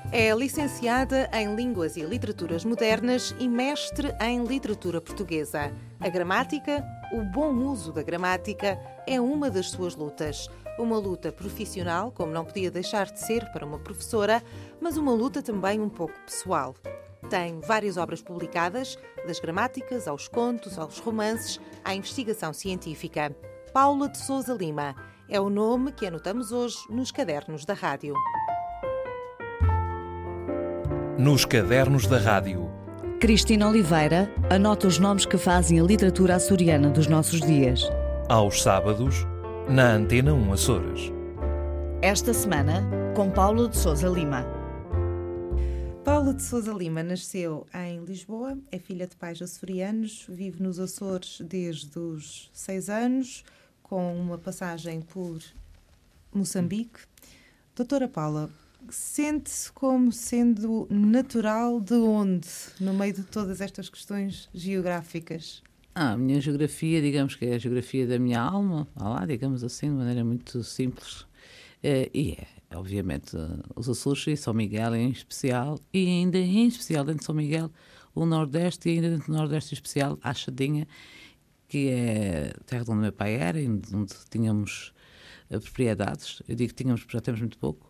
É licenciada em Línguas e Literaturas Modernas e mestre em Literatura Portuguesa. A gramática, o bom uso da gramática, é uma das suas lutas. Uma luta profissional, como não podia deixar de ser para uma professora, mas uma luta também um pouco pessoal. Tem várias obras publicadas, das gramáticas aos contos, aos romances, à investigação científica. Paula de Sousa Lima é o nome que anotamos hoje nos cadernos da rádio. Nos cadernos da rádio. Cristina Oliveira anota os nomes que fazem a literatura açoriana dos nossos dias. Aos sábados, na Antena 1 Açores. Esta semana, com Paula de Sousa Lima. Paula de Sousa Lima nasceu em Lisboa, é filha de pais açorianos, vive nos Açores desde os 6 anos, com uma passagem por Moçambique. Doutora Paula, sente-se como sendo natural de onde, no meio de todas estas questões geográficas? A minha geografia, digamos que é a geografia da minha alma, digamos assim, de maneira muito simples. Obviamente, os Açores e São Miguel em especial, e ainda em especial dentro de São Miguel, o Nordeste, e ainda dentro do Nordeste em especial, a Chadinha, que é a terra de onde meu pai era, onde tínhamos propriedades. Eu digo que tínhamos porque já temos muito pouco.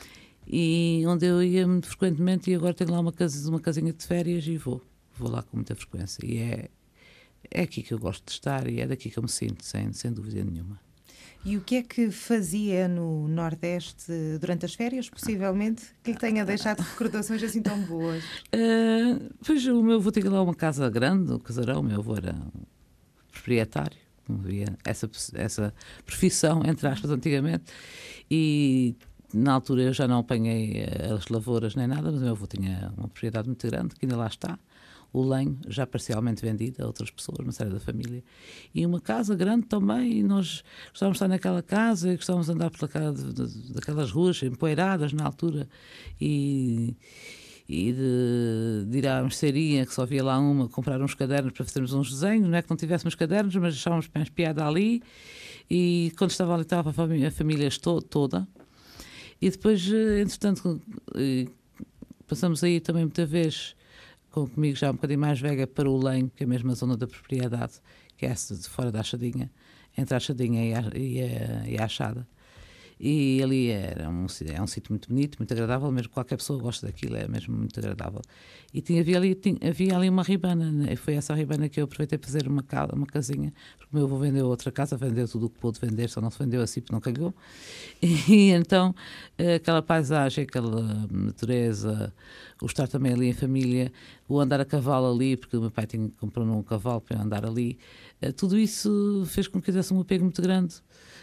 E onde eu ia muito frequentemente, e agora tenho lá uma casinha de férias e vou lá com muita frequência. E é aqui que eu gosto de estar e é daqui que eu me sinto, sem dúvida nenhuma. E o que é que fazia no Nordeste durante as férias, possivelmente, que lhe tenha deixado recordações assim tão boas? Pois o meu avô tinha lá uma casa grande, um casarão, o meu avô era proprietário, havia essa profissão, entre aspas, antigamente, e na altura eu já não apanhei as lavouras nem nada, mas o meu avô tinha uma propriedade muito grande, que ainda lá está, o lenho já parcialmente vendido a outras pessoas, uma série da família, e uma casa grande também, e nós gostávamos de estar naquela casa, e gostávamos de andar daquelas ruas empoeiradas na altura, e de ir à mercearia, que só havia lá comprar uns cadernos para fazermos uns desenhos, não é que não tivéssemos cadernos, mas deixávamos mais piada ali, e quando estava ali estava a família toda. E depois, entretanto, passamos aí também muita vez, comigo já um bocadinho mais velha, para o Lenho, que é a mesma zona da propriedade, que é essa de fora da Chadinha, entre a Chadinha e a Achada. E ali é um sítio muito bonito, muito agradável, mesmo qualquer pessoa gosta daquilo, é mesmo muito agradável. E havia ali uma ribana, né? E foi essa ribana que eu aproveitei para fazer uma casinha, porque o meu avô vendeu outra casa, vendeu tudo o que pôde vender, só não se vendeu assim porque não calhou. E então, aquela paisagem, aquela natureza, o estar também ali em família, o andar a cavalo ali, porque o meu pai comprou um cavalo para andar ali, tudo isso fez com que eu tivesse um apego muito grande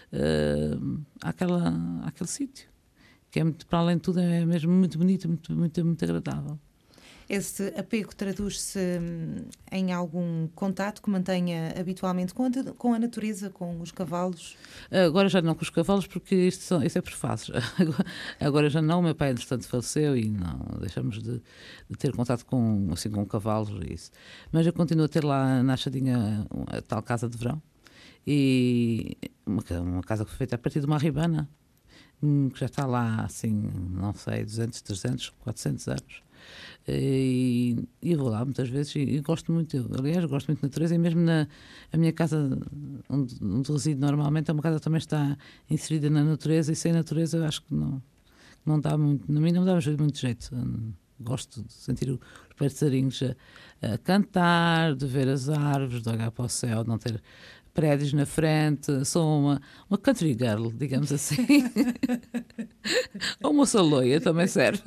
àquele sítio, que é muito, para além de tudo, é mesmo muito bonito, muito, muito, muito agradável. Esse apego traduz-se em algum contato que mantenha habitualmente com a natureza, com os cavalos? Agora já não com os cavalos, porque isso é por fases. Agora já não, o meu pai entretanto faleceu e não deixamos de ter contato com cavalos e isso. Mas eu continuo a ter lá na Chadinha a tal casa de verão, e uma casa que foi feita a partir de uma ribana, que já está lá, assim, não sei, 200, 300, 400 anos. E eu vou lá muitas vezes e gosto muito, aliás, gosto muito de natureza, e mesmo a minha casa onde resido normalmente é uma casa que também está inserida na natureza, e sem natureza eu acho que não dá muito, a mim não me dá muito jeito. Gosto de sentir os passarinhos a cantar, de ver as árvores, de olhar para o céu, de não ter prédios na frente. Sou uma country girl, digamos assim. Ou uma saloia também serve.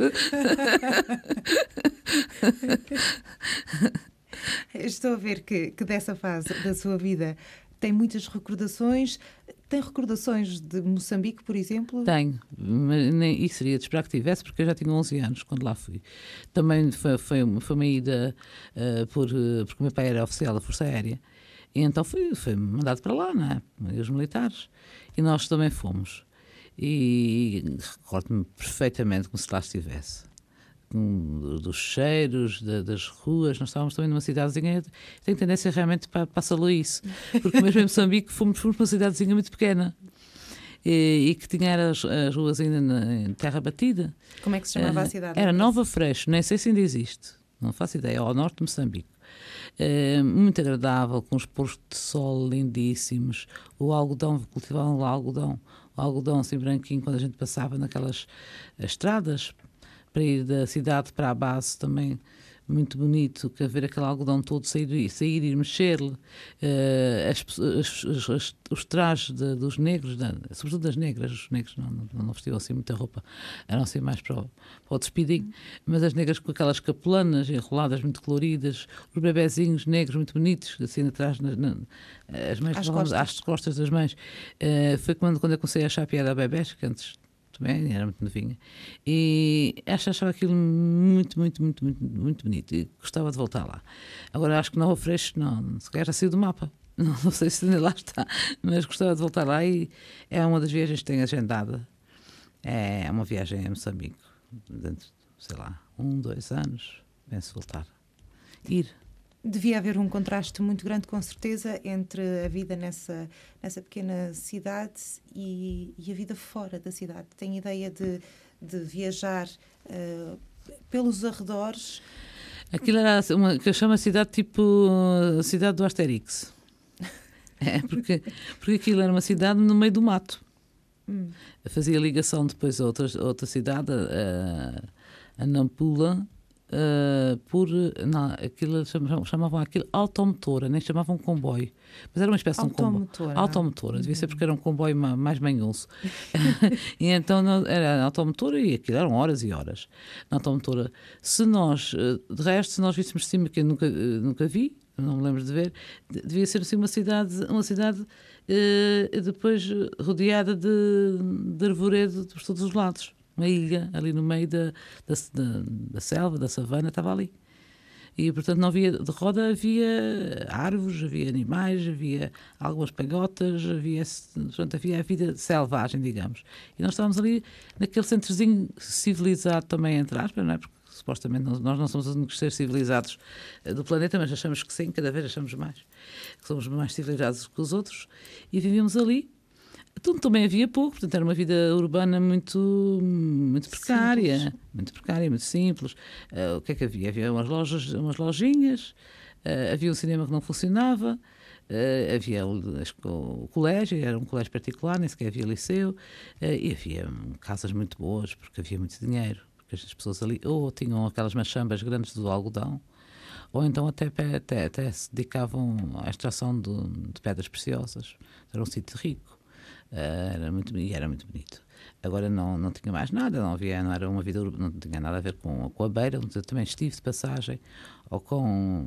Estou a ver que dessa fase da sua vida tem muitas recordações. Tem recordações de Moçambique, por exemplo? Tenho, e seria de esperar que tivesse, porque eu já tinha 11 anos quando lá fui. Também foi uma ida porque o meu pai era oficial da Força Aérea, e então foi mandado para lá, não é? E os militares. E nós também fomos. E recordo-me perfeitamente como se lá estivesse. Dos cheiros, das ruas. Nós estávamos também numa cidadezinha, tenho tendência realmente para Saloiço, porque mesmo em Moçambique fomos para uma cidadezinha muito pequena. e que tinha as ruas ainda em terra batida. Como é que se chamava a cidade? Era Nova Freixo, nem sei se ainda existe, não faço ideia, ao norte de Moçambique. Muito agradável, com os postos de sol lindíssimos, o algodão, cultivavam lá algodão, o algodão assim branquinho, quando a gente passava naquelas estradas para ir da cidade para a base também. Muito bonito, que a ver aquele algodão todo sair e mexer-lhe, os trajes dos negros, sobretudo das negras. Os negros não vestiam assim muita roupa, eram assim mais para o despidinho, mas as negras com aquelas capelanas enroladas muito coloridas, os bebezinhos negros muito bonitos, assim atrás, as mães às costas das mães. Foi quando eu comecei a achar piada a bebés, que antes também era muito novinha, e achava aquilo muito, muito, muito, muito, muito bonito e gostava de voltar lá. Agora acho que Nova Freixo não, sequer já saiu do mapa, não sei se ainda lá está, mas gostava de voltar lá e é uma das viagens que tenho agendada. É uma viagem a Moçambique, dentro, sei lá, 2 anos, penso voltar. Ir. Devia haver um contraste muito grande, com certeza, entre a vida nessa pequena cidade e a vida fora da cidade. Tem ideia de viajar pelos arredores? Aquilo era uma que eu chamo a cidade tipo a cidade do Asterix. Porque aquilo era uma cidade no meio do mato. Fazia ligação depois a outra cidade, a Nampula, aquilo chamavam aquilo automotora, nem chamavam comboio, mas era uma espécie de um comboio. Automotora, devia ser porque era um comboio mais manhoso. E então era automotora e aquilo eram horas e horas na automotora. Se nós víssemos de cima, que eu nunca vi, não me lembro de ver, devia ser assim uma cidade depois rodeada de arvoredo por todos os lados. Uma ilha ali no meio da selva, da savana, estava ali. E, portanto, não havia de roda, havia árvores, havia animais, havia algumas pegotas, havia a vida selvagem, digamos. E nós estávamos ali naquele centrozinho civilizado também, entre aspas, não é? Porque supostamente nós não somos os únicos seres civilizados do planeta, mas achamos que sim, cada vez achamos mais. Que somos mais civilizados que os outros. E vivíamos ali. Tudo também havia pouco, portanto era uma vida urbana muito precária, muito simples. O que é que havia? Havia umas lojinhas, havia um cinema que não funcionava, havia o colégio, era um colégio particular, nem sequer havia liceu, e havia casas muito boas, porque havia muito dinheiro, porque as pessoas ali ou tinham aquelas machambas grandes do algodão, ou então até se dedicavam à extração de pedras preciosas. Era um sítio rico. Era muito bonito. Agora não tinha mais nada, não era uma vida urbana, não tinha nada a ver com a Beira, onde eu também estive de passagem, ou com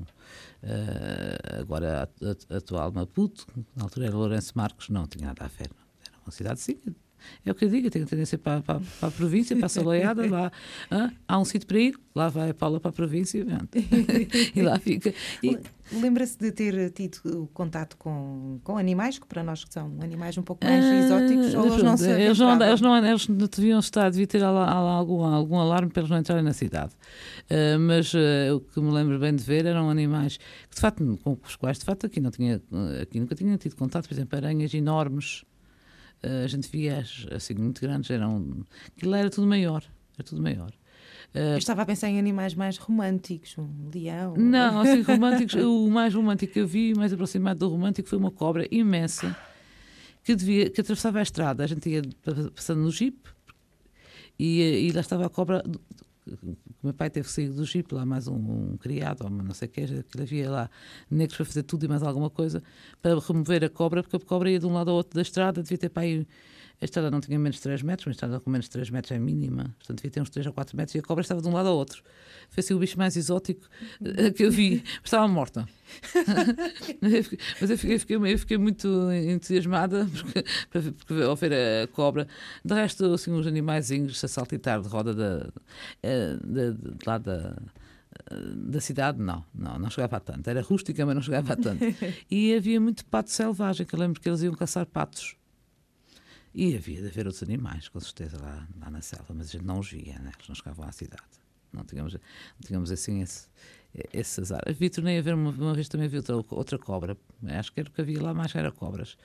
agora a atual Maputo, na altura era Lourenço Marcos, não tinha nada a ver, era uma cidadezinha. É o que eu digo, eu tenho tendência para a província, para a Saloiada, lá há um sítio para ir, lá vai a Paula para a província e lá fica. Lembra-se de ter tido contato com animais, que para nós são animais um pouco mais exóticos, ou eles não se eles deviam estar, devia ter algum alarme para eles não entrarem na cidade. Mas o que me lembro bem de ver eram animais que, de facto, com os quais, de facto, aqui nunca tinha tido contato, por exemplo, aranhas enormes. A gente via assim muito grandes, aquilo era tudo maior. Eu estava a pensar em animais mais românticos, um leão. Não, assim, românticos. O mais romântico que eu vi, mais aproximado do romântico, foi uma cobra imensa que atravessava a estrada. A gente ia passando no jipe e lá estava a cobra. O meu pai teve que sair do jipe, lá mais um criado, ou não sei o que, havia lá negros para fazer tudo e mais alguma coisa para remover a cobra, porque a cobra ia de um lado ao outro da estrada, devia ter para aí. A estrada não tinha menos de 3 metros, mas a estrada com menos de 3 metros é mínima, portanto devia ter uns 3 ou 4 metros e a cobra estava de um lado ao outro. Foi assim o bicho mais exótico que eu vi, mas estava morta. Mas eu fiquei muito entusiasmada porque ao ver a cobra. De resto, assim, os animaizinhos a saltitar de roda lá da cidade, não chegava a tanto. Era rústica, mas não chegava a tanto. E havia muito pato selvagem, que eu lembro que eles iam caçar patos. E havia de haver outros animais, com certeza, lá na selva, mas a gente não os via, né? Eles não chegavam à cidade. Não tínhamos assim esse azar. Vi, tornei a ver uma vez também vi outra cobra. Acho que era o que havia lá mais, era cobras.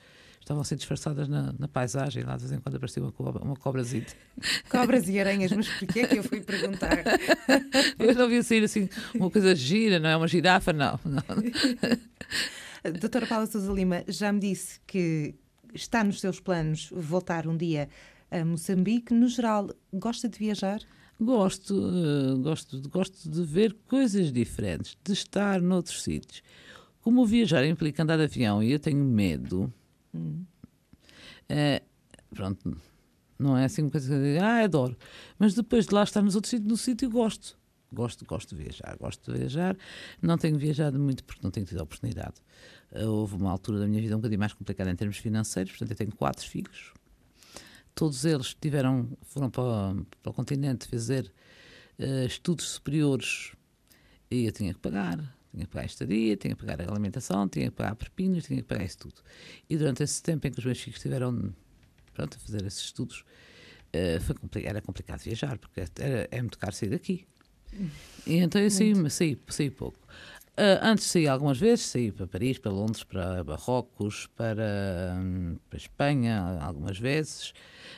estavam assim disfarçadas na paisagem, lá de vez em quando aparecia uma cobrazinha. Cobras e aranhas, mas porquê é que eu fui perguntar? Eu não via sair assim uma coisa gira, não é? Uma girafa, não. Doutora Paula Sousa Lima já me disse que está nos seus planos voltar um dia a Moçambique. No geral, gosta de viajar? Gosto de ver coisas diferentes, de estar noutros sítios. Como o viajar implica andar de avião e eu tenho medo, pronto, não é assim uma coisa que eu digo, adoro. Mas depois de lá estar nos outros sítios, no sítio gosto. Gosto de viajar. Não tenho viajado muito porque não tenho tido a oportunidade. Houve uma altura da minha vida um bocadinho mais complicada em termos financeiros, portanto eu tenho 4 filhos. Todos eles foram para o continente fazer estudos superiores e eu tinha que pagar a estadia, tinha que pagar a alimentação, tinha que pagar propinas, tinha que pagar isso tudo. E durante esse tempo em que os meus filhos estiveram a fazer esses estudos, era complicado viajar, porque é muito caro sair daqui. E então eu saí pouco. Antes saí algumas vezes, saí para Paris, para Londres, para Marrocos, para Espanha algumas vezes,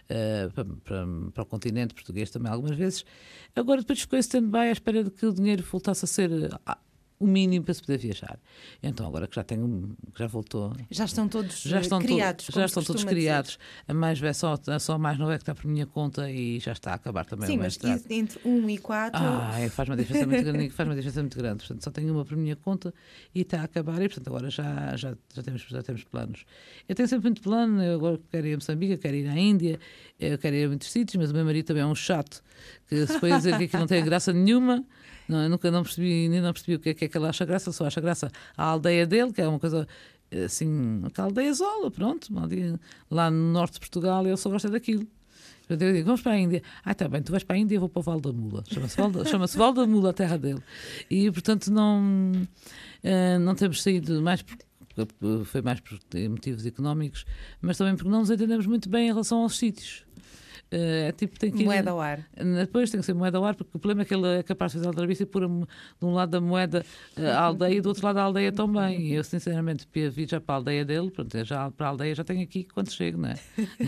para o continente português também algumas vezes. Agora depois ficou em stand-by à espera de que o dinheiro voltasse a ser o mínimo para se poder viajar. Então agora que já voltou... Já estão todos criados. Já estão todos criados. A mais velha, só a mais nova é que está por minha conta e já está a acabar também. Sim, mas entre 1 e 4... faz uma diferença muito grande. Portanto, só tenho uma por minha conta e está a acabar e, portanto, agora já temos planos. Eu tenho sempre muito plano. Eu agora quero ir a Moçambique, eu quero ir à Índia, eu quero ir a muitos sítios, mas o meu marido também é um chato que se foi a dizer que aquilo não tem graça nenhuma. Não, eu nunca não percebi o que é que ele acha graça, só acha graça à aldeia dele, que é uma coisa assim, uma aldeiazola, pronto, lá no norte de Portugal, ele só gosta daquilo. Eu digo, vamos para a Índia. Está bem, tu vais para a Índia, eu vou para o Val da Mula. Chama-se Val da Mula, a terra dele. E, portanto, não temos saído mais, foi mais por motivos económicos, mas também porque não nos entendemos muito bem em relação aos sítios. Tem que moeda ao ar. Depois tem que ser moeda ao ar, porque o problema é que ele é capaz de fazer a entrevista e pôr de um lado da moeda a aldeia e do outro lado a aldeia também. E eu, sinceramente, vir já para a aldeia dele, pronto, já para a aldeia já tenho aqui quando chego, não é?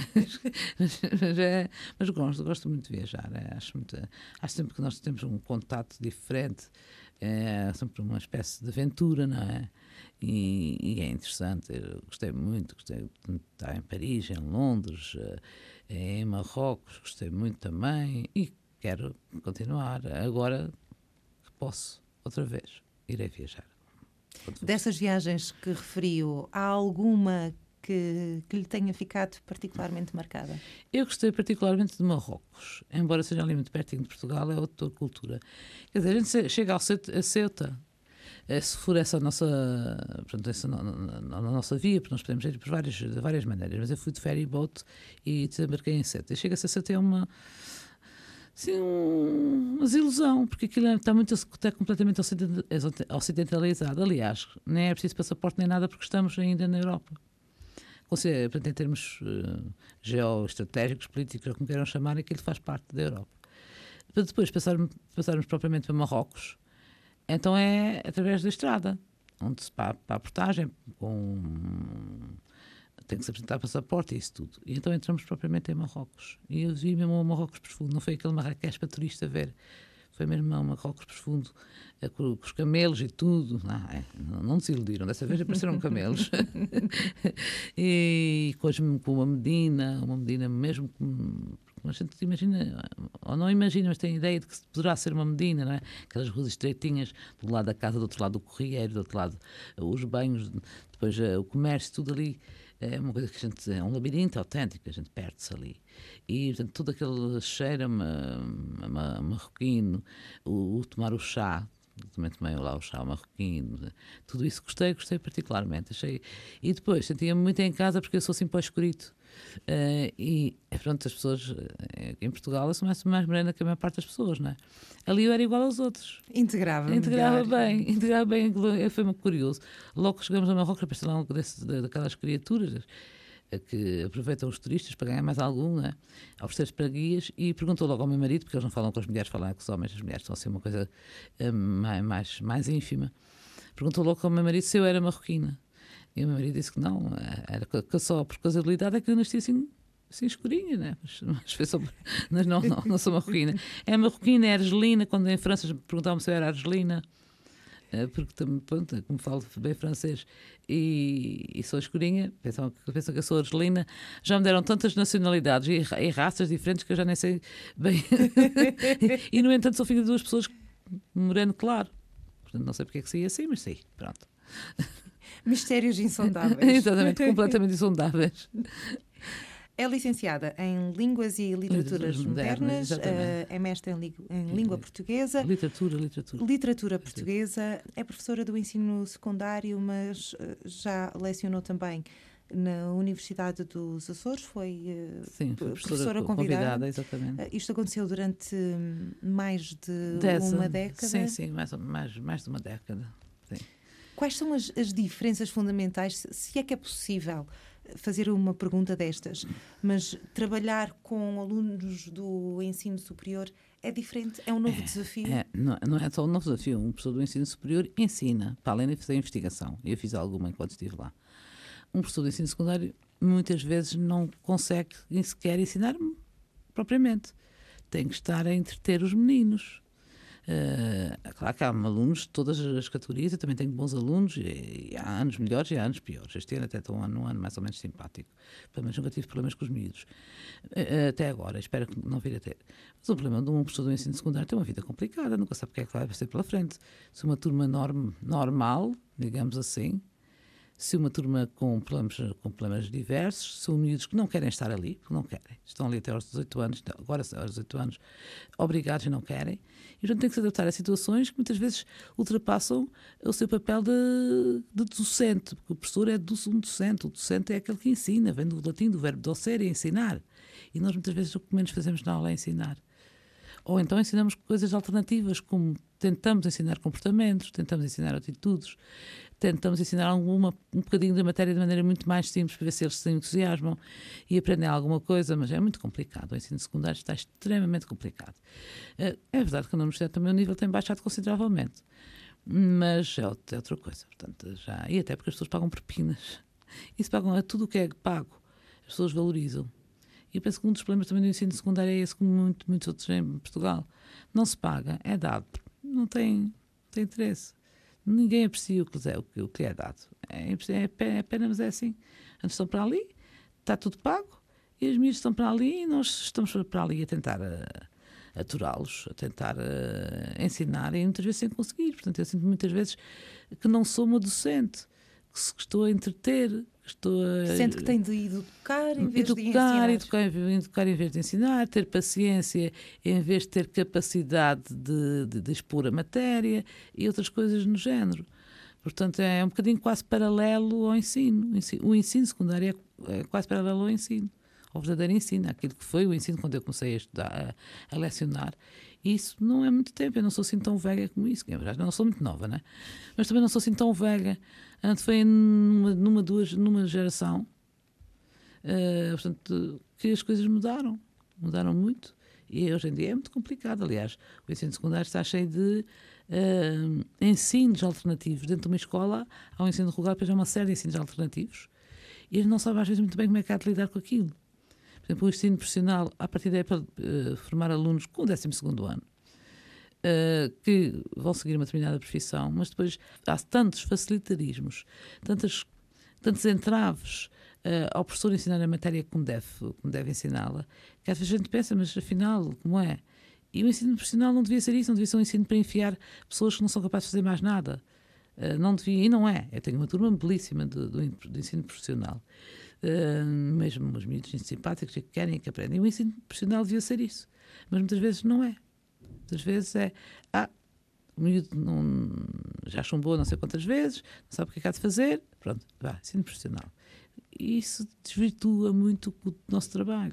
mas gosto muito de viajar. Acho sempre que nós temos um contato diferente, é sempre uma espécie de aventura, não é? E é interessante. Eu gostei de estar em Paris, em Londres, em Marrocos, gostei muito também e quero continuar. Agora que posso, outra vez, irei viajar. Dessas viagens que referiu, há alguma que lhe tenha ficado particularmente marcada? Eu gostei particularmente de Marrocos, embora seja ali muito pertinho de Portugal, é outra cultura. Quer dizer, a gente chega a Ceuta, se for essa a nossa, portanto, na nossa via, porque nós podemos ir de várias maneiras, mas eu fui de ferry boat e desembarquei em Ceuta. E chega-se a Ceuta é uma desilusão, porque aquilo está completamente ocidentalizado. Aliás, nem é preciso passaporte nem nada, porque estamos ainda na Europa. Portanto, em termos geoestratégicos, políticos, ou como queiram chamar, aquilo faz parte da Europa. Para depois passarmos propriamente para Marrocos, então é através da estrada, onde se para a portagem, tem que se apresentar passaporte e isso tudo. E então entramos propriamente em Marrocos. E eu vi mesmo um Marrocos profundo, não foi aquele Marrakech para turista ver, foi mesmo um Marrocos profundo, com os camelos e tudo. Não desiludiram, dessa vez apareceram camelos. E com uma Medina mesmo com... A gente imagina, ou não imagina, mas tem a ideia de que poderá ser uma Medina, não é? Aquelas ruas estreitinhas, do lado da casa, do outro lado do corrieiro, do outro lado os banhos, depois o comércio, tudo ali. É uma coisa que é um labirinto autêntico, a gente perde-se ali. E, portanto, tudo aquele cheiro a marroquino, o tomar o chá, também tomei lá o chá marroquino, tudo isso gostei particularmente. E depois sentia-me muito em casa porque eu sou assim para o escurito. E pronto, as pessoas em Portugal eu sou mais morena que a maior parte das pessoas, não é? Ali eu era igual aos outros. Integrava bem, foi muito curioso. Logo que chegamos a Marrocos, apareceu lá daquelas criaturas que aproveitam os turistas para ganhar mais algum, não é? Oferecer para guias, e perguntou logo ao meu marido, porque eles não falam com as mulheres, falam com os homens, as mulheres estão a ser uma coisa mais ínfima. Perguntou logo ao meu marido se eu era marroquina. E o meu marido disse que não, era que só por casualidade é que eu nasci assim escurinha, né? Mas foi só. Mas não sou marroquina. É marroquina, é argelina. Quando em França perguntavam se eu era argelina, porque também, pronto, como falo bem francês e sou escurinha, pensam que eu sou argelina. Já me deram tantas nacionalidades e raças diferentes que eu já nem sei bem. E no entanto, sou filha de duas pessoas moreno claro. Portanto, não sei porque é que saí assim, mas saí. Pronto. Mistérios insondáveis. Exatamente, completamente insondáveis. É licenciada em Línguas e Literaturas Modernas, é mestre em Língua Portuguesa. Literatura Portuguesa. É professora do ensino secundário, mas já lecionou também na Universidade dos Açores. Foi professora convidada. Exatamente. Isto aconteceu durante mais de uma década. Sim, mais de uma década. Sim. Quais são as diferenças fundamentais, se é que é possível fazer uma pergunta destas, mas trabalhar com alunos do ensino superior é diferente? É um novo desafio? Não é só um novo desafio. Um professor do ensino superior ensina, para além de fazer investigação. Eu fiz alguma enquanto estive lá. Um professor do ensino secundário muitas vezes não consegue nem sequer ensinar propriamente. Tem que estar a entreter os meninos. Claro que há alunos de todas as categorias. Eu também tenho bons alunos e há anos melhores e há anos piores. Este ano até estou num ano mais ou menos simpático, mas nunca tive problemas com os miúdos até agora, espero que não vir a ter. Mas o problema de um professor do ensino secundário tem uma vida complicada, nunca sabe o que é que vai ser pela frente. Se uma turma normal, digamos assim, se uma turma com problemas diversos, são miúdos que não querem estar ali, porque não querem, estão ali até aos 18 anos, agora aos 18 anos, obrigados e não querem, e portanto tem que se adaptar a situações que muitas vezes ultrapassam o seu papel de docente, porque o professor é um docente, o docente é aquele que ensina, vem do latim, do verbo docere, ensinar, e nós muitas vezes o que menos fazemos na aula é ensinar. Ou então ensinamos coisas alternativas, como tentamos ensinar comportamentos, tentamos ensinar atitudes, tentamos ensinar um bocadinho da matéria de maneira muito mais simples para ver se eles se entusiasmam e aprendem alguma coisa, mas é muito complicado. O ensino secundário está extremamente complicado. É verdade que na universidade também o nível tem baixado consideravelmente, mas é outra coisa. Portanto, e até porque as pessoas pagam propinas. E se pagam a tudo o que é pago, as pessoas valorizam. E eu penso que um dos problemas também do ensino secundário é esse, como muitos outros em Portugal. Não se paga, é dado. Não tem interesse. Ninguém aprecia o que é dado. É pena, mas é assim. Antes estão para ali, está tudo pago, e os miúdos estão para ali e nós estamos para ali a tentar aturá-los, a tentar ensinar, e muitas vezes sem conseguir. Portanto, eu sinto muitas vezes que não sou uma docente, que estou a entreter. Sente que tem de educar em vez de ensinar. Educar em vez de ensinar, ter paciência em vez de ter capacidade de expor a matéria e outras coisas no género. Portanto, é um bocadinho quase paralelo ao ensino. O ensino secundário é quase paralelo ao ensino, ao verdadeiro ensino, aquilo que foi o ensino quando eu comecei a estudar, a lecionar. E isso não é muito tempo, eu não sou assim tão velha como isso, na verdade não sou muito nova, né? Mas também não sou assim tão velha. Antes foi numa geração, portanto, que as coisas mudaram muito, e hoje em dia é muito complicado. Aliás, o ensino secundário está cheio de ensinos alternativos. Dentro de uma escola há um ensino regular, depois há uma série de ensinos alternativos, e eles não sabem às vezes muito bem como é que há de lidar com aquilo. Por exemplo, o ensino profissional, a partir daí é para formar alunos com o 12º ano, que vão seguir uma determinada profissão, mas depois há tantos facilitarismos, tantos entraves ao professor ensinar a matéria como deve ensiná-la, que às vezes a gente pensa, mas afinal, como é? E o ensino profissional não devia ser isso, não devia ser um ensino para enfiar pessoas que não são capazes de fazer mais nada. Não devia, e não é. Eu tenho uma turma belíssima do ensino profissional. Mesmo os miúdos simpáticos que querem, que aprendem. O ensino profissional devia ser isso, mas muitas vezes não é. Muitas vezes o miúdo já chumbou não sei quantas vezes, não sabe o que é que há de fazer, pronto, ensino profissional. E isso desvirtua muito o nosso trabalho.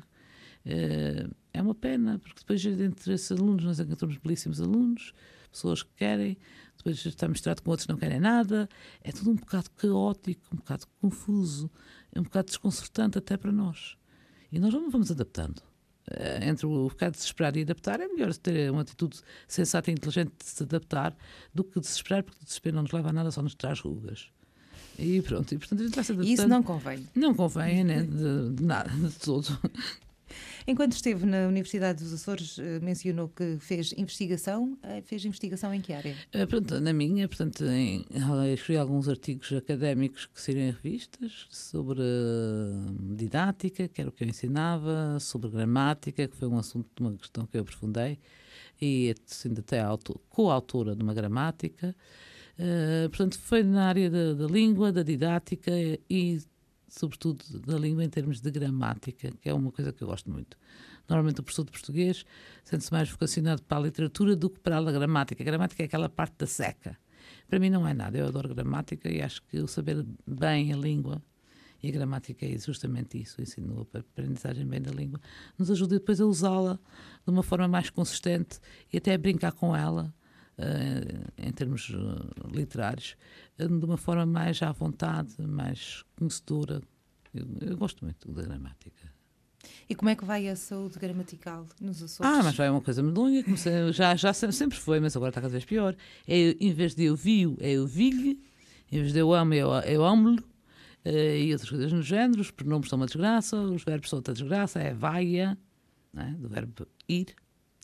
É uma pena, porque depois entre esses alunos nós encontramos belíssimos alunos, pessoas que querem, depois está misturado com outros que não querem nada, é tudo um bocado caótico, um bocado confuso, é um bocado desconcertante até para nós. E nós não vamos adaptando. Entre o ficar desesperado e adaptar, é melhor ter uma atitude sensata e inteligente de se adaptar do que desesperar, porque o desespero não nos leva a nada, só nos traz rugas. E pronto, e portanto a gente vai se adaptando. Isso não convém. Não convém, né? De nada, de todo. Enquanto esteve na Universidade dos Açores, mencionou que fez investigação. Fez investigação em que área? Pronto, na minha, portanto, escrevi alguns artigos académicos que saíram em revistas sobre didática, que era o que eu ensinava, sobre gramática, que foi um assunto, uma questão que eu aprofundei, e assim, até coautora de uma gramática. Portanto, foi na área da língua, da didática e, sobretudo, da língua em termos de gramática, que é uma coisa que eu gosto muito. Normalmente o professor de português sente-se mais vocacionado para a literatura do que para a gramática. A gramática é aquela parte da seca. Para mim não é nada. Eu adoro gramática e acho que o saber bem a língua e a gramática é justamente isso. O ensino, a aprendizagem bem da língua nos ajuda depois a usá-la de uma forma mais consistente e até a brincar com ela. Em termos literários, de uma forma mais à vontade, mais conhecedora. Eu gosto muito da gramática. E como é que vai a saúde gramatical nos Açores? Mas vai uma coisa medonha, já sempre foi, mas agora está cada vez pior. Em vez de eu vi-o, é eu vi-lhe, em vez de eu amo, eu amo-lo, e outras coisas no género. Os pronomes são uma desgraça, os verbos são outra desgraça, é vai-a, né, do verbo ir.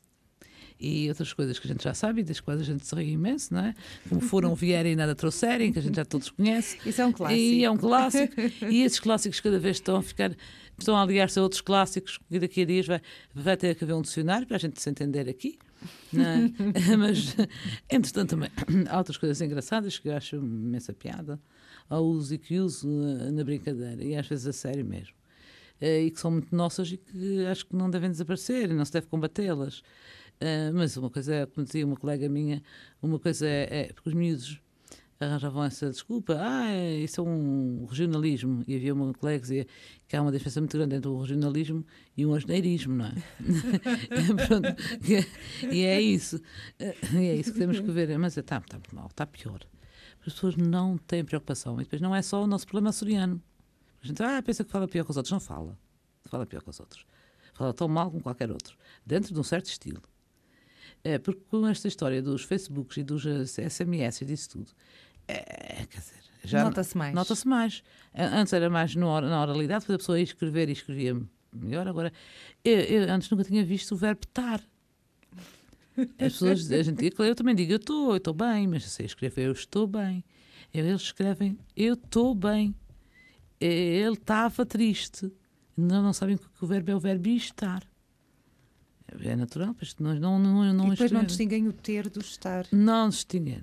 E outras coisas que a gente já sabe e das quais a gente se ri imenso, não é? Como foram, vierem e nada trouxerem, que a gente já todos conhece. Isso é um clássico. E é um clássico. E esses clássicos cada vez estão a aliar-se a outros clássicos, que daqui a dias vai ter que haver um dicionário para a gente se entender aqui. Não é? Mas, entretanto, também há outras coisas engraçadas que eu acho imensa piada ao uso e que uso na brincadeira, e às vezes a sério mesmo. E que são muito nossas e que acho que não devem desaparecer e não se deve combatê-las. Mas uma coisa é, como dizia uma colega minha, uma coisa é porque os miúdos arranjavam essa desculpa, isso é um regionalismo, e havia uma colega que dizia que há uma diferença muito grande entre o regionalismo e o asneirismo, não é? Pronto, e é isso que temos que ver, mas está muito mal, está pior. As pessoas não têm preocupação, e depois não é só o nosso problema açoriano. A gente pensa que fala pior que os outros, não fala pior que os outros, fala tão mal como qualquer outro, dentro de um certo estilo. Porque com esta história dos Facebooks e dos SMS e disso tudo, quer dizer, já nota-se mais. Nota-se mais. Antes era mais na oralidade, a pessoa ia escrever e escrevia melhor. Agora, eu antes nunca tinha visto o verbo estar. As pessoas, a gente, eu também digo, eu estou bem, mas se eu escrever eu estou bem. Eles escrevem, eu estou bem. Ele estava triste. Não sabem que o verbo é o verbo estar. É natural, pois não e depois não distinguem o ter do estar. Não distinguem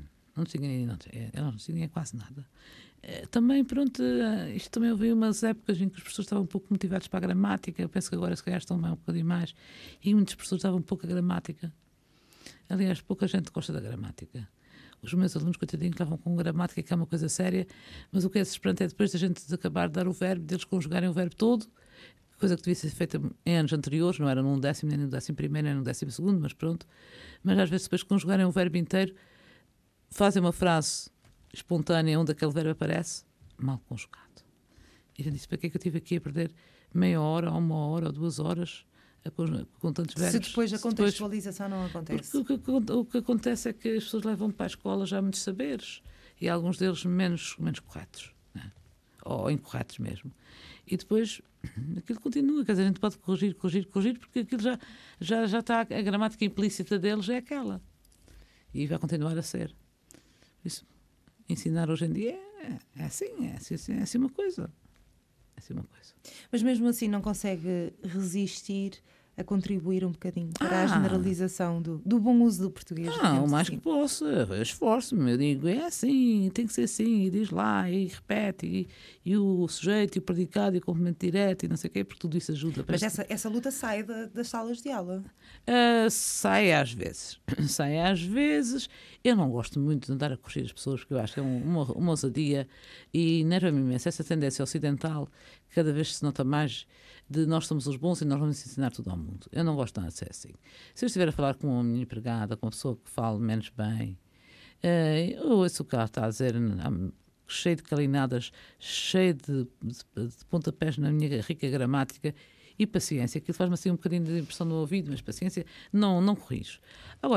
quase nada. Também, pronto, isto também houve umas épocas em que os professores estavam um pouco motivados para a gramática. Eu penso que agora se calhar estão um bocadinho mais. E muitos professores estavam um pouco a gramática. Aliás, pouca gente gosta da gramática. Os meus alunos, coitadinhos, levam com gramática, que é uma coisa séria, mas o que é desesperante é depois da gente acabar de dar o verbo, deles conjugarem o verbo todo, coisa que devia ser feita em anos anteriores, não era num 10º, nem no 11º, nem no 12º, mas pronto. Mas às vezes depois conjugarem o verbo inteiro, fazem uma frase espontânea onde aquele verbo aparece, mal conjugado. E a gente disse, para que é que eu estive aqui a perder meia hora, ou 1 hora, ou 2 horas com tantos verbos? Se depois a contextualização não acontece. O que acontece é que as pessoas levam para a escola já muitos saberes, e alguns deles menos corretos, né? Ou incorretos mesmo. E depois aquilo continua, quer dizer, a gente pode corrigir, porque aquilo já está, a gramática implícita deles é aquela. E vai continuar a ser. Isso, ensinar hoje em dia é assim uma coisa. É assim uma coisa. Mas mesmo assim não consegue resistir a contribuir um bocadinho para a generalização do bom uso do português? O mais assim. que posso, eu esforço-me, eu digo, é assim, tem que ser assim, e diz lá, e repete, e o sujeito, e o predicado, e o complemento direto, e não sei o quê, porque tudo isso ajuda. Mas essa luta sai das salas de aula? Sai às vezes. Eu não gosto muito de andar a corrigir as pessoas, porque eu acho que é uma ousadia, e nerva-me imenso essa tendência ocidental, que cada vez se nota mais, de nós somos os bons e nós vamos ensinar tudo ao mundo. Eu não gosto nada de ser assim. Se eu estiver a falar com uma menina empregada, com uma pessoa que fala menos bem, eu ouço o que ela está a dizer, cheio de calinadas, cheio de pontapés na minha rica gramática, e paciência. Aquilo faz-me assim um bocadinho de impressão no ouvido, mas paciência, não corrijo. Agora,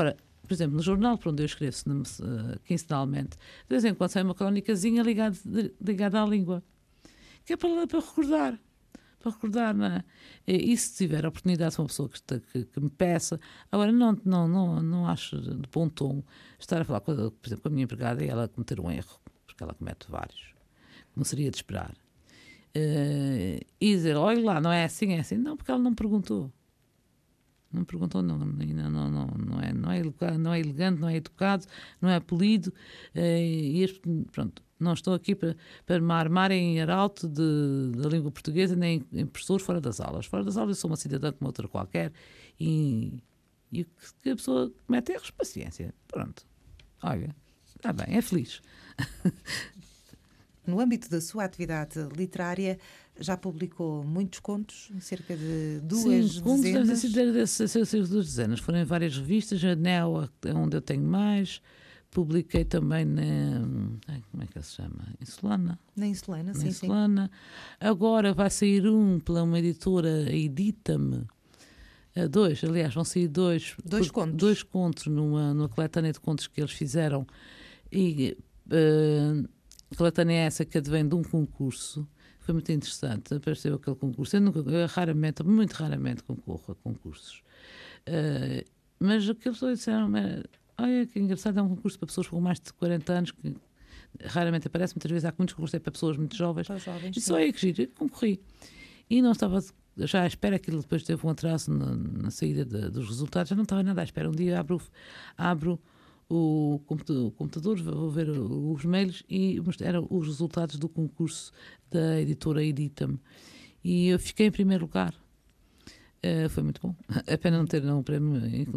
por exemplo, no jornal para onde eu escrevo quinzenalmente, de vez em quando sai uma crónicazinha ligada à língua, que é para recordar. Para recordar, não é? E se tiver a oportunidade, se uma pessoa que me peça. Agora, não acho de bom tom estar a falar, por exemplo, com a minha empregada e ela cometer um erro, porque ela comete vários, como seria de esperar. E dizer, olha lá, não é assim, é assim. Não, porque ela não perguntou. Não perguntou, não é educado, não é elegante, não é educado, não é polido. Pronto, não estou aqui para me armar em arauto da língua portuguesa, nem em professor fora das aulas. Fora das aulas eu sou uma cidadã como outra qualquer e que a pessoa comete erros, paciência. Pronto, olha, está bem, é feliz. No âmbito da sua atividade literária, já publicou muitos contos, cerca de duas dezenas. Sim, contos, 2 dezenas. Foram em várias revistas, a Neo é onde eu tenho mais. Publiquei também como é que se chama? Insulana. Na Insulana, sim, Insulana. Sim. Agora vai sair pela uma editora, Edita-me. Aliás, vão sair dois contos. 2 contos numa coletânea de contos que eles fizeram. E coletânea essa que advém de um concurso. Foi muito interessante, apareceu aquele concurso. Eu muito raramente concorro a concursos. Mas aqueles dois disseram, olha que engraçado, é um concurso para pessoas com mais de 40 anos, que raramente aparece, muitas vezes há muitos concursos para pessoas muito jovens. E só aí que giro, concorri. E não estava já à espera, aquilo depois teve um atraso na saída dos resultados, já não estava nada à espera. Um dia abro o computador, vou ver os mails e eram os resultados do concurso da editora Edita-me. E eu fiquei em primeiro lugar. Foi muito bom. A pena não ter um prémio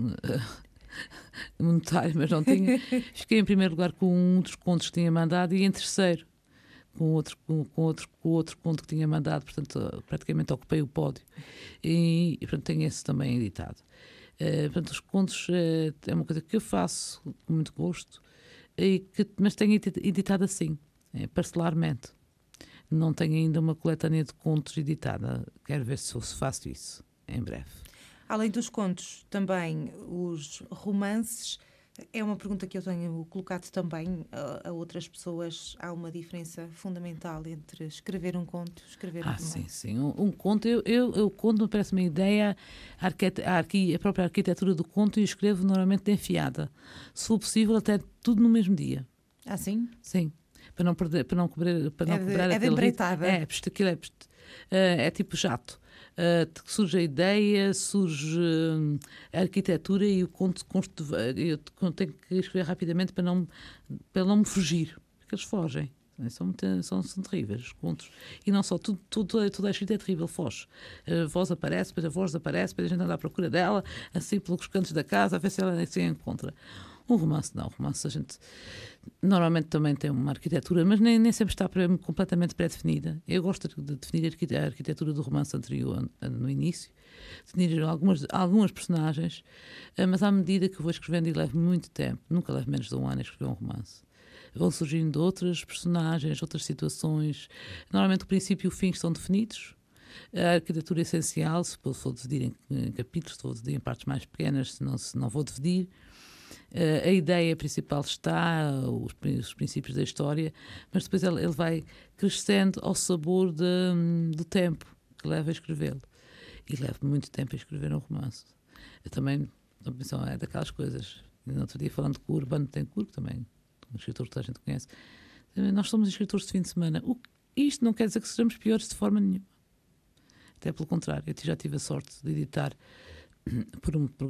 monetário, mas não tinha. Fiquei em primeiro lugar com um dos contos que tinha mandado e em terceiro com outro conto que tinha mandado. Portanto, praticamente ocupei o pódio. E portanto, tenho esse também editado. Portanto, os contos é uma coisa que eu faço com muito gosto, mas tenho editado assim, parcelarmente. Não tenho ainda uma coletânea de contos editada. Quero ver se faço isso em breve. Além dos contos, também os romances. É uma pergunta que eu tenho colocado também a outras pessoas. Há uma diferença fundamental entre escrever um conto e escrever um romance. Sim. Um conto, eu conto, me parece uma ideia, a própria arquitetura do conto, e eu escrevo normalmente de enfiada. Se for possível, até tudo no mesmo dia. Ah, sim? Sim. Para não cobrar aquele de empreitada. Aquilo é tipo jato. Surge a ideia, surge a arquitetura e o conto eu tenho que escrever rapidamente para não me fugir, porque eles fogem. São terríveis os contos. E não só, toda a escrita é terrível, foge. A voz aparece, depois a voz desaparece, depois a gente anda à procura dela, assim pelos cantos da casa, a ver se ela se encontra. Um romance não, a gente normalmente também tem uma arquitetura, mas nem sempre está completamente pré-definida. Eu gosto de definir a arquitetura do romance anterior, no início, definir algumas personagens, mas à medida que vou escrevendo, e levo muito tempo, nunca levo menos de um ano a escrever um romance, vão surgindo outras personagens, outras situações. Normalmente o princípio e o fim estão definidos. A arquitetura essencial, se for dividir em capítulos, se for dividir em partes mais pequenas, se não vou dividir. A ideia principal está, os princípios da história, mas depois ele vai crescendo ao sabor do tempo que leva a escrevê-lo. E leva muito tempo a escrever um romance. Eu também, a pensão é daquelas coisas. No outro dia, falando com o Urbano Betancourt, também um escritor que toda a gente conhece, nós somos escritores de fim de semana. Isto não quer dizer que sejamos piores de forma nenhuma. Até pelo contrário, eu já tive a sorte de editar por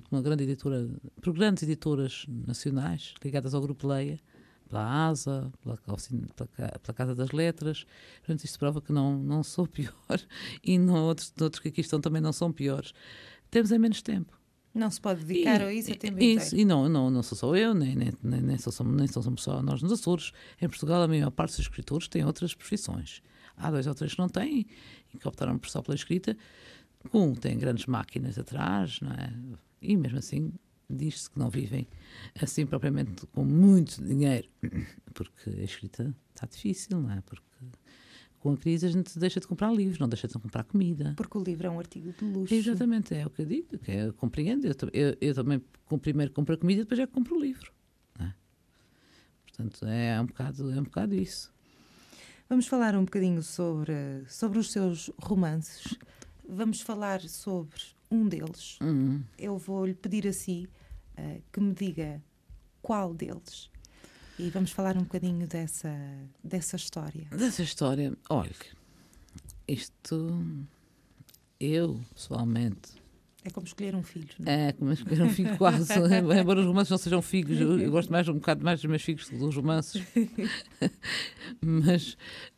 grandes editoras nacionais ligadas ao Grupo Leia, pela ASA, pela Casa das Letras. Portanto, isto prova que não sou pior e outros que aqui estão também não são piores. Temos menos tempo. Não se pode dedicar a isso a tempo inteiro. E não sou só eu, nem somos só nós nos Açores. Em Portugal, a maior parte dos escritores têm outras profissões. Há 2 ou 3 que não têm e que optaram por só pela escrita. Tem grandes máquinas atrás, não é? E mesmo assim diz-se que não vivem assim propriamente com muito dinheiro, porque a escrita está difícil, não é? Porque com a crise a gente deixa de comprar livros, não deixa de comprar comida. Porque o livro é um artigo de luxo. Exatamente, é o que eu digo, que eu compreendo. Eu também primeiro compro a comida e depois é que compro o livro. Não é? Portanto, é um bocado isso. Vamos falar um bocadinho sobre os seus romances. Vamos falar sobre um deles. Eu vou-lhe pedir a si que me diga qual deles. E vamos falar um bocadinho dessa história. Dessa história, olha, isto, eu, pessoalmente... É como escolher um filho, não é? É como escolher um filho quase. Embora os romances não sejam figos, eu gosto um bocado mais dos meus figos que dos romances. Mas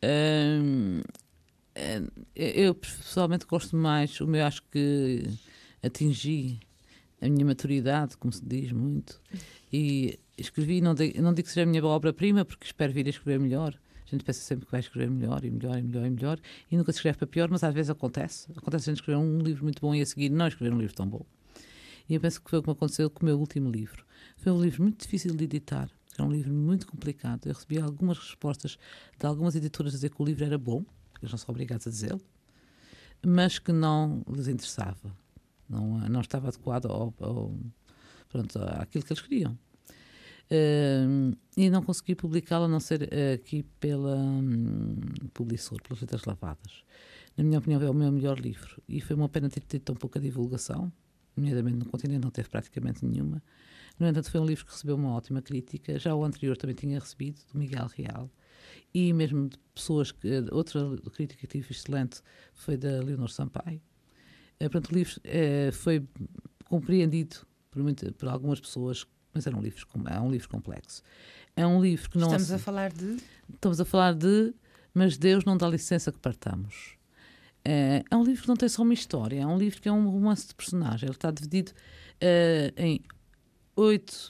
eu pessoalmente gosto mais, eu acho que atingi a minha maturidade, como se diz muito, e escrevi, não digo que seja a minha obra-prima, porque espero vir a escrever melhor. A gente pensa sempre que vai escrever melhor e melhor e melhor e melhor, e nunca se escreve para pior, mas às vezes acontece a gente escrever um livro muito bom e a seguir não escrever um livro tão bom. E eu penso que foi o que me aconteceu com o meu último livro. Foi um livro muito difícil de editar, era um livro muito complicado. Eu recebi algumas respostas de algumas editoras a dizer que o livro era bom, porque eles não são obrigados a dizê-lo, mas que não lhes interessava, não estava adequado àquilo que eles queriam. E não consegui publicá-la a não ser aqui pela Publissor, pelas Letras Lavadas. Na minha opinião é o meu melhor livro e foi uma pena ter tido tão pouca divulgação, nomeadamente no continente não teve praticamente nenhuma. No entanto, foi um livro que recebeu uma ótima crítica. Já o anterior também tinha recebido, do Miguel Real, e mesmo de pessoas outra crítica que tive excelente foi da Leonor Sampaio. Portanto, o livro foi compreendido por algumas pessoas, mas é um livro complexo. É um livro que não... Estamos a falar de Mas Deus não dá licença que partamos. É um livro que não tem só uma história, é um livro que é um romance de personagem. Ele está dividido em 8...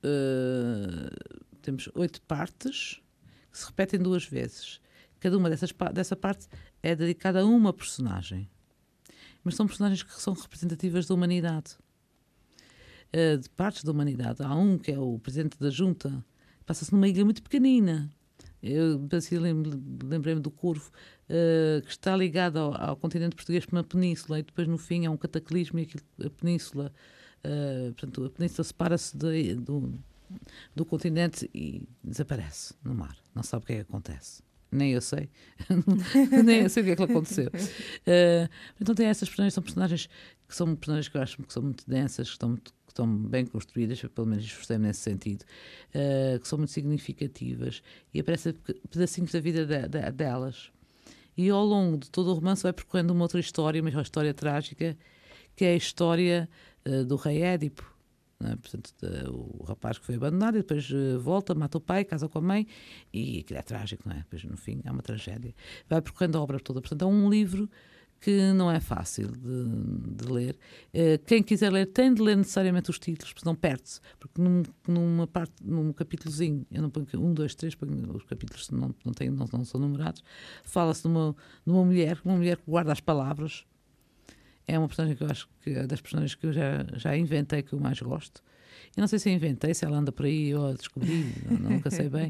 temos 8 partes que se repetem 2 vezes. Cada uma dessa parte é dedicada a uma personagem. Mas são personagens que são representativas da humanidade. De partes da humanidade. Há um que é o presidente da junta, passa-se numa ilha muito pequenina. Eu lembrei-me do Corvo, que está ligado ao continente português por uma península, e depois no fim há um cataclismo e a península separa-se do continente e desaparece no mar. Não sabe o que é que acontece. Nem eu sei. Nem eu sei o que é que aconteceu. Então tem essas personagens, são personagens que eu acho que são muito densas, que estão bem construídas, pelo menos esforcei-me nesse sentido, que são muito significativas, e aparecem pedacinhos da vida delas. E ao longo de todo o romance vai percorrendo uma outra história, uma história trágica, que é a história do rei Édipo. Não é? Portanto, o rapaz que foi abandonado e depois volta, mata o pai, casa com a mãe, e aquilo é trágico, não é? Depois no fim é uma tragédia. Vai percorrendo a obra toda. Portanto, é um livro que não é fácil de ler. Quem quiser ler tem de ler necessariamente os títulos, porque não perde-se. Porque num capítulozinho, eu não ponho 1, 2, 3, os capítulos não são numerados, fala-se de uma mulher que guarda as palavras. É uma personagem que eu acho que é das personagens que eu já inventei, que eu mais gosto. Eu não sei se inventei, se ela anda por aí ou descobri, nunca sei bem.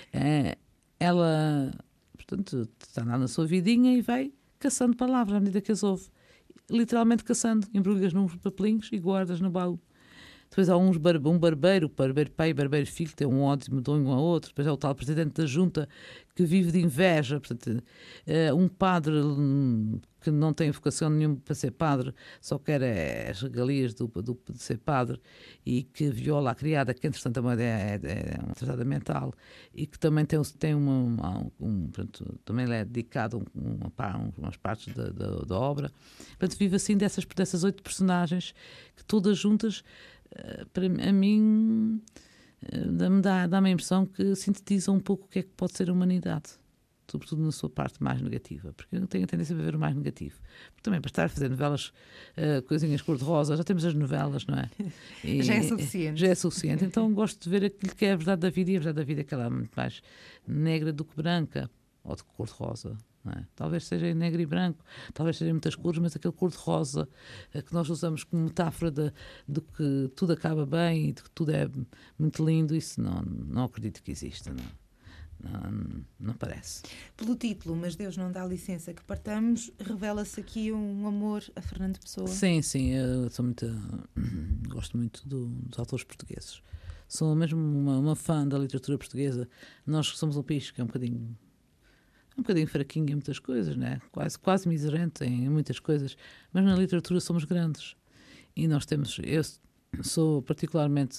Ela, portanto, está lá na sua vidinha e vai caçando palavras à medida que as ouve. Literalmente caçando. Embrulhas nos papelinhos e guardas no baú. Depois há um barbeiro pai e barbeiro filho, que tem um ódio de um ao outro. Depois é o tal presidente da junta que vive de inveja. Portanto, um padre que não tem vocação nenhuma para ser padre, só quer as regalias de ser padre, e que viola a criada, que entretanto é uma atrasada mental, e que também tem portanto, também é dedicado umas partes da obra. Portanto, vive assim dessas 8 personagens que todas juntas, para mim, dá-me a impressão que sintetizam um pouco o que é que pode ser a humanidade, sobretudo na sua parte mais negativa, porque eu tenho a tendência a ver o mais negativo. Porque também para estar a fazer novelas, coisinhas cor-de-rosa, já temos as novelas, não é? E já é suficiente. Já é suficiente. Então gosto de ver aquilo que é a verdade da vida, e a verdade da vida é que ela é muito mais negra do que branca, ou de cor-de-rosa. Não é? Talvez seja em negro e branco, talvez seja em muitas cores, mas aquele cor-de-rosa que nós usamos como metáfora de que tudo acaba bem e de que tudo é muito lindo, isso não acredito que exista. Não parece. Pelo título, Mas Deus não dá licença que partamos, revela-se aqui um amor a Fernando Pessoa. Sim, eu sou gosto muito dos autores portugueses. Sou mesmo uma fã da literatura portuguesa. Nós somos um país que é um bocadinho fraquinho em muitas coisas, né? Quase miserente em muitas coisas, mas na literatura somos grandes. E eu sou particularmente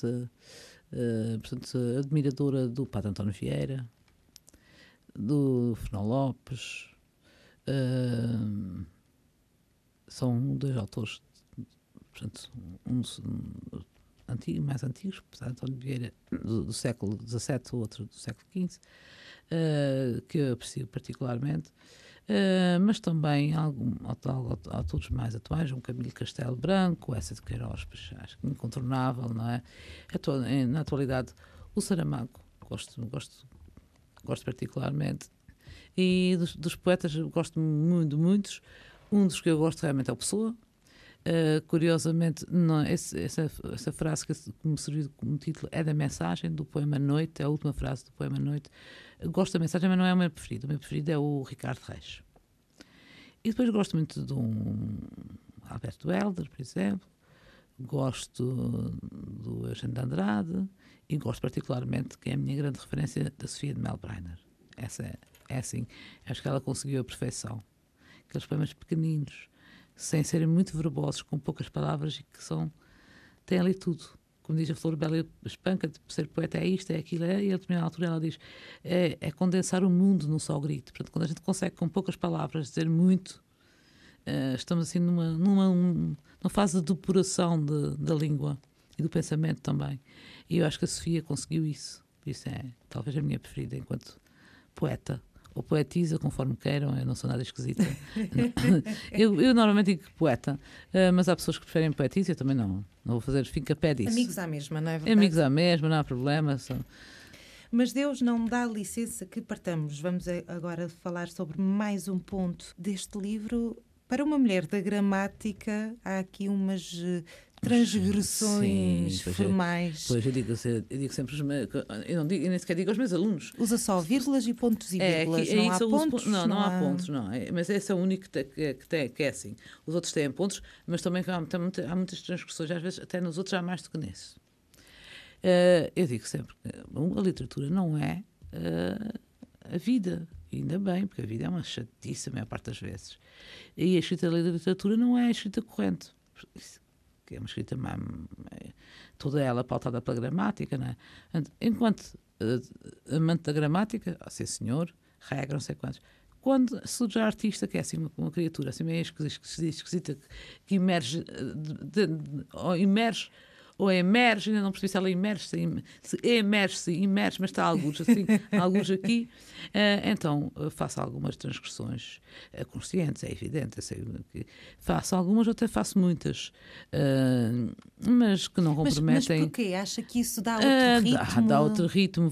admiradora do Padre António Vieira, do Fernão Lopes. São dois autores, portanto, mais antigos, Padre António Vieira do século XVII, o outro do século XV, que eu aprecio particularmente. Mas também autores mais atuais, um Camilo Castelo Branco, essa de Queiroz, acho que incontornável, não é? Na atualidade, o Saramago, gosto particularmente. E dos poetas, gosto muito de muitos. Um dos que eu gosto realmente é o Pessoa. Curiosamente, essa frase que me serviu como título é da mensagem do poema Noite, é a última frase do poema Noite. Gosto da mensagem, mas não é o meu preferido. O meu preferido é o Ricardo Reis. E depois gosto muito de um Alberto Helder, por exemplo. Gosto do Eugênio de Andrade e gosto particularmente, que é a minha grande referência, da Sofia de Melbrenner. Essa é assim, acho que ela conseguiu a perfeição. Aqueles poemas pequeninos, sem serem muito verbosos, com poucas palavras e que têm ali tudo. Como diz a Flor Bela Espanca, de ser poeta é isto, é aquilo, e a determinada altura ela diz é condensar o mundo num só grito. Portanto, quando a gente consegue com poucas palavras dizer muito, estamos assim numa fase de depuração da língua e do pensamento também. E eu acho que a Sofia conseguiu isso. Isso é talvez a minha preferida enquanto poeta. Ou poetisa, conforme queiram, eu não sou nada esquisita. eu normalmente digo poeta, mas há pessoas que preferem poetisa, eu também não vou fazer fincapé disso. Amigos à mesma, não é verdade? Amigos à mesma, não há problema. Mas Deus não dá licença que partamos. Vamos agora falar sobre mais um ponto deste livro. Para uma mulher da gramática, há aqui umas transgressões formais. Pois, eu digo sempre, eu nem sequer digo aos meus alunos. Usa só vírgulas e pontos e vírgulas, não há pontos? Não há pontos, não. Mas esse é o único que é assim. Os outros têm pontos, mas também há muitas transgressões, às vezes até nos outros há mais do que nesse. Eu digo sempre que a literatura não é a vida. E ainda bem, porque a vida é uma chatice a maior parte das vezes. E a escrita da literatura não é a escrita corrente. Que é uma escrita toda ela pautada pela gramática, não é? Enquanto amante da gramática, sim senhor, regra, não sei quantos. Quando surge a artista, que é assim uma criatura assim meio esquisita, que emerge, ou emerge, ainda não percebi se ela emerge, mas está alguns assim, alguns aqui, então faço algumas transgressões conscientes, é evidente, eu sei que faço algumas, ou até faço muitas, mas que não comprometem. Mas porquê? Acha que isso dá outro ritmo? Dá outro ritmo,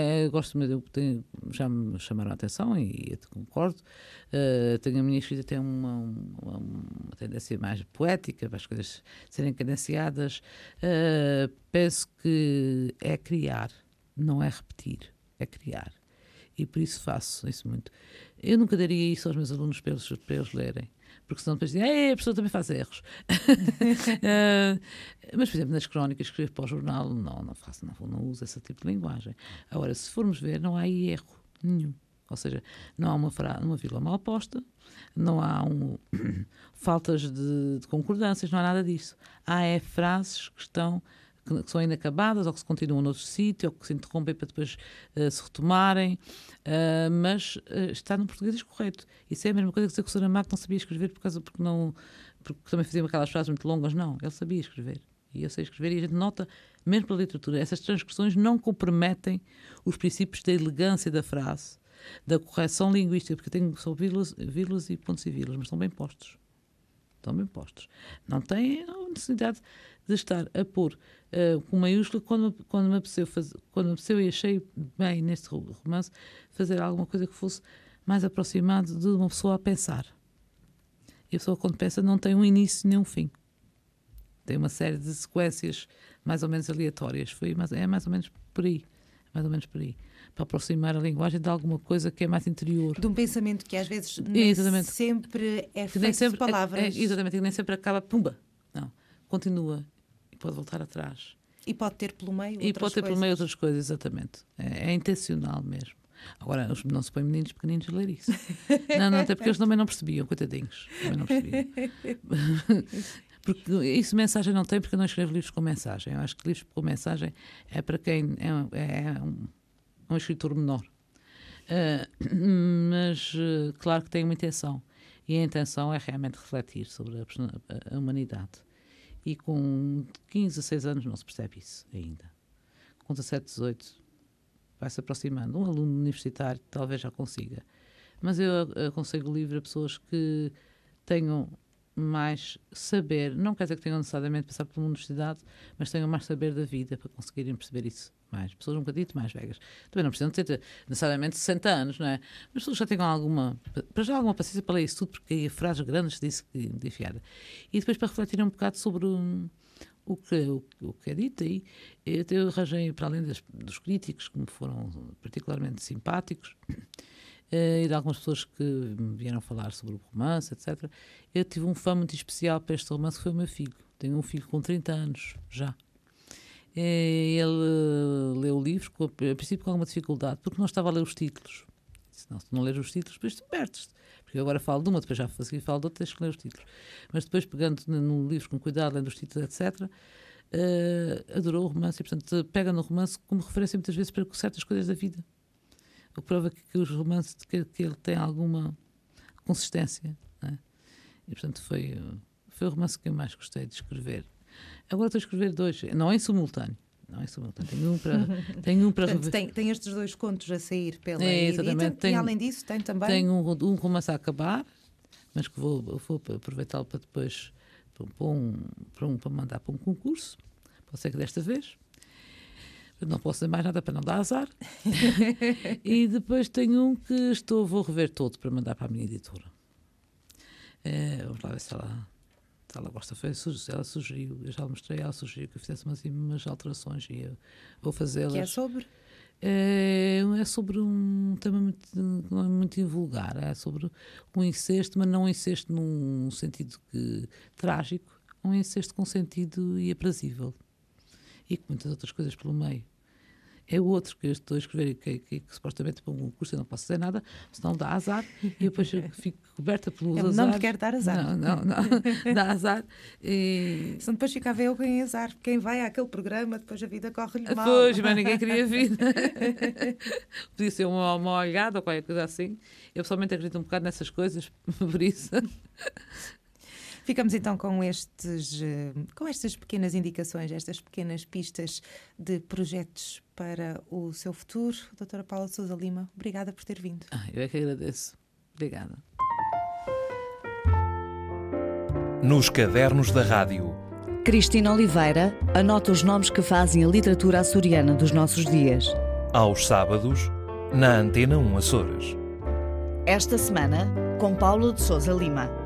já me chamaram a atenção e eu concordo. A minha escrita tem uma tendência mais poética, para as coisas serem cadenciadas. Penso que é criar, não é repetir, é criar. E por isso faço isso muito. Eu nunca daria isso aos meus alunos para eles lerem, porque senão depois dizem, a pessoa também faz erros. Mas, por exemplo, nas crónicas que escrevo para o jornal, não uso esse tipo de linguagem. Agora, se formos ver, não há aí erro nenhum. Ou seja, não há uma vírgula mal posta, não há faltas de concordâncias, não há nada disso. Há frases que são inacabadas, ou que se continuam noutro sítio, ou que se interrompem para depois se retomarem, mas está no português correto. Isso é a mesma coisa que dizer que o Saramago não sabia escrever porque também fazia aquelas frases muito longas. Não, ele sabia escrever. E eu sei escrever, e a gente nota, mesmo pela literatura, essas transgressões não comprometem os princípios da elegância da frase, da correção linguística, porque tenho só vírgulas e pontos e vírgulas, mas estão bem postos. Estão bem postos. Não tem a necessidade de estar a pôr com maiúscula quando me apeteceu e achei bem neste romance fazer alguma coisa que fosse mais aproximado de uma pessoa a pensar. E a pessoa, quando pensa, não tem um início nem um fim. Tem uma série de sequências mais ou menos aleatórias. É mais ou menos por aí. Mais ou menos por aí. para aproximar a linguagem de alguma coisa que é mais interior. De um pensamento que às vezes nem sempre é feito de palavras. Exatamente, que nem sempre acaba, pumba. Não, continua e pode voltar atrás. E pode ter pelo meio outras coisas. E pode ter pelo meio outras coisas, exatamente. É intencional mesmo. Agora, não se põe meninos pequeninos a ler isso. Não, até porque eles também não percebiam, coitadinhos. Também não percebiam. Porque isso mensagem não tem, porque eu não escrevo livros com mensagem. Eu acho que livros com mensagem é para quem é um escritor menor. Mas, claro que tem uma intenção. E a intenção é realmente refletir sobre a humanidade. E com 15 a 6 anos não se percebe isso ainda. Com 17, 18 vai-se aproximando. Um aluno universitário talvez já consiga. Mas eu aconselho o livro a pessoas que tenham mais saber, não quer dizer que tenham necessariamente passado pela universidade, mas tenham mais saber da vida para conseguirem perceber isso mais. Pessoas um bocadinho mais velhas. Também não precisam ter necessariamente 60 anos, não é? Mas pessoas já tenham alguma paciência para ler isso tudo, porque aí frases grandes disse que enfiada. E depois para refletir um bocado sobre o que é dito aí. Eu arranjei, para além dos críticos, que me foram particularmente simpáticos, e de algumas pessoas que me vieram falar sobre o romance, etc. Eu tive um fã muito especial para este romance, que foi o meu filho. Tenho um filho com 30 anos, já. Ele leu o livro, a princípio com alguma dificuldade, porque não estava a ler os títulos. Se não ler os títulos, depois tu perdes-te. Porque eu agora falo de uma, depois já falo de outra, tens que ler os títulos. Mas depois, pegando no livro com cuidado, lendo os títulos, etc., adorou o romance e, portanto, pega no romance como referência muitas vezes para certas coisas da vida. O que prova que os romances que ele tem alguma consistência, né? E portanto foi o romance que eu mais gostei de escrever. Agora estou a escrever 2, não em simultâneo. Tenho um para portanto, tem estes 2 contos a sair pela edita, e além disso tem também... Tenho um romance a acabar, mas que vou aproveitá-lo para depois para mandar para um concurso. Pode ser que desta vez. Não posso dizer mais nada para não dar azar. E depois tenho um que vou rever todo para mandar para a minha editora. Vamos lá ver se ela gosta. Ela sugeriu, eu já lhe mostrei, ela sugeriu que eu fizesse umas alterações e eu vou fazê-las. Que é sobre? É sobre um tema muito invulgar. É sobre um incesto, mas não um incesto num sentido trágico, um incesto com sentido e aprazível. E com muitas outras coisas pelo meio. É o outro que eu estou a escrever que supostamente para um curso eu não posso dizer nada, senão dá azar e eu depois fico coberta pelos azares. Não me quero dar azar. Não, dá azar. Senão depois ficava eu com azar. Quem vai àquele programa, depois a vida corre-lhe mal. Pois, mas ninguém queria vir. Podia ser uma olhada ou qualquer coisa assim. Eu pessoalmente acredito um bocado nessas coisas, por isso... Ficamos então com estas pequenas indicações, estas pequenas pistas de projetos para o seu futuro. Doutora Paula de Sousa Lima, obrigada por ter vindo. Eu é que agradeço. Obrigada. Nos Cadernos da Rádio. Cristina Oliveira anota os nomes que fazem a literatura açoriana dos nossos dias. Aos sábados, na Antena 1 Açores. Esta semana, com Paulo de Sousa Lima.